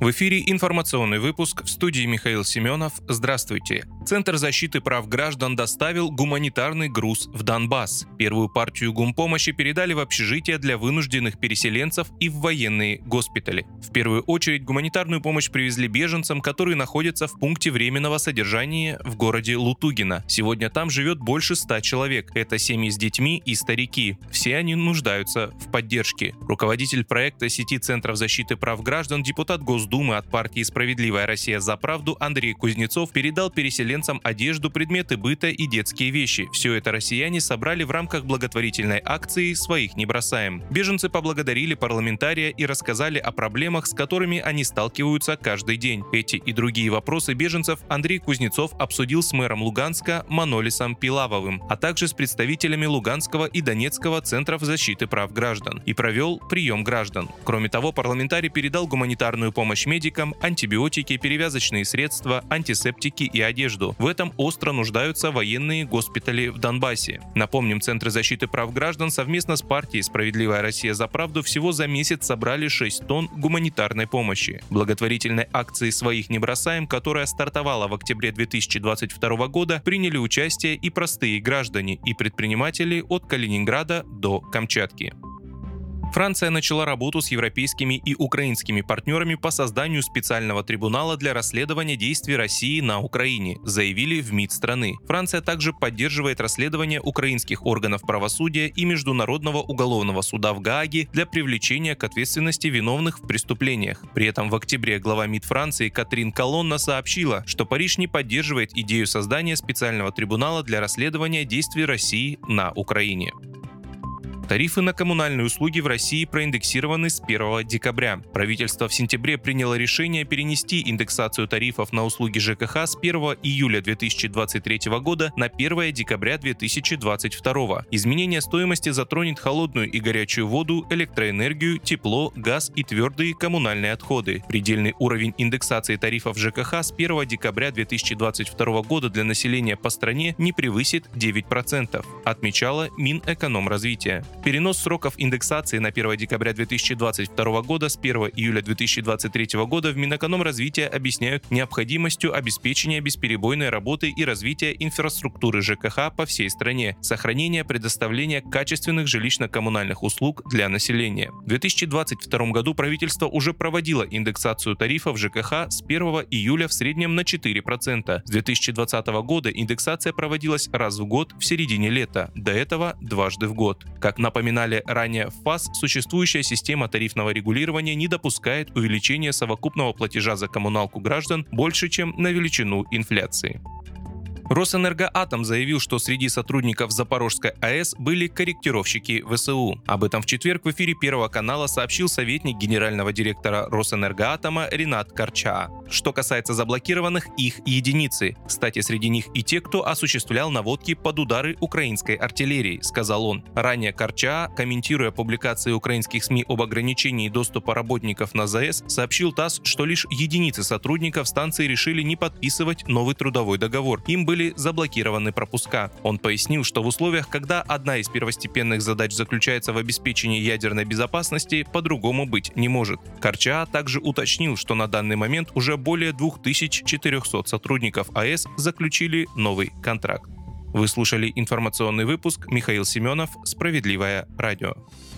В эфире информационный выпуск, в студии Михаил Семенов. Здравствуйте. Центр защиты прав граждан доставил гуманитарный груз в Донбасс. Первую партию гумпомощи передали в общежития для вынужденных переселенцев и в военные госпитали. В первую очередь гуманитарную помощь привезли беженцам, которые находятся в пункте временного содержания в городе Лутугино. Сегодня там живет больше 100 человек. Это семьи с детьми и старики. Все они нуждаются в поддержке. Руководитель проекта сети Центров защиты прав граждан, депутат Госдумы от партии «Справедливая Россия за правду» Андрей Кузнецов передал переселенцам одежду, предметы быта и детские вещи. Все это россияне собрали в рамках благотворительной акции «Своих не бросаем». Беженцы поблагодарили парламентария и рассказали о проблемах, с которыми они сталкиваются каждый день. Эти и другие вопросы беженцев Андрей Кузнецов обсудил с мэром Луганска Манолисом Пилавовым, а также с представителями Луганского и Донецкого центров защиты прав граждан и провел прием граждан. Кроме того, парламентарий передал гуманитарную помощь медикам, антибиотики, перевязочные средства, антисептики и одежду. В этом остро нуждаются военные госпитали в Донбассе. Напомним, Центры защиты прав граждан совместно с партией «Справедливая Россия за правду» всего за месяц собрали 6 тонн гуманитарной помощи. В благотворительной акции «Своих не бросаем», которая стартовала в октябре 2022 года, приняли участие и простые граждане, и предприниматели от Калининграда до Камчатки. Франция начала работу с европейскими и украинскими партнерами по созданию специального трибунала для расследования действий России на Украине, заявили в МИД страны. Франция также поддерживает расследование украинских органов правосудия и Международного уголовного суда в Гааге для привлечения к ответственности виновных в преступлениях. При этом в октябре глава МИД Франции Катрин Колонна сообщила, что Париж не поддерживает идею создания специального трибунала для расследования действий России на Украине. Тарифы на коммунальные услуги в России проиндексированы с 1 декабря. Правительство в сентябре приняло решение перенести индексацию тарифов на услуги ЖКХ с 1 июля 2023 года на 1 декабря 2022. Изменение стоимости затронет холодную и горячую воду, электроэнергию, тепло, газ и твердые коммунальные отходы. Предельный уровень индексации тарифов ЖКХ с 1 декабря 2022 года для населения по стране не превысит 9%, отмечала Минэкономразвития. Перенос сроков индексации на 1 декабря 2022 года с 1 июля 2023 года в Минэкономразвития объясняют необходимостью обеспечения бесперебойной работы и развития инфраструктуры ЖКХ по всей стране, сохранения предоставления качественных жилищно-коммунальных услуг для населения. В 2022 году правительство уже проводило индексацию тарифов ЖКХ с 1 июля в среднем на 4%. С 2020 года индексация проводилась раз в год в середине лета, до этого дважды в год. Как напоминали ранее в ФАС, существующая система тарифного регулирования не допускает увеличения совокупного платежа за коммуналку граждан больше, чем на величину инфляции. Росэнергоатом заявил, что среди сотрудников Запорожской АЭС были корректировщики ВСУ. Об этом в четверг в эфире Первого канала сообщил советник генерального директора Росэнергоатома Ринат Карчаа. Что касается заблокированных, их единицы. Кстати, среди них и те, кто осуществлял наводки под удары украинской артиллерии, сказал он. Ранее Карчаа, комментируя публикации украинских СМИ об ограничении доступа работников на ЗАЭС, сообщил ТАСС, что лишь единицы сотрудников станции решили не подписывать новый трудовой договор. Им были заблокированы пропуска. Он пояснил, что в условиях, когда одна из первостепенных задач заключается в обеспечении ядерной безопасности, по-другому быть не может. Карчаа также уточнил, что на данный момент уже более 2400 сотрудников АЭС заключили новый контракт. Вы слушали информационный выпуск. Михаил Семенов, «Справедливое радио».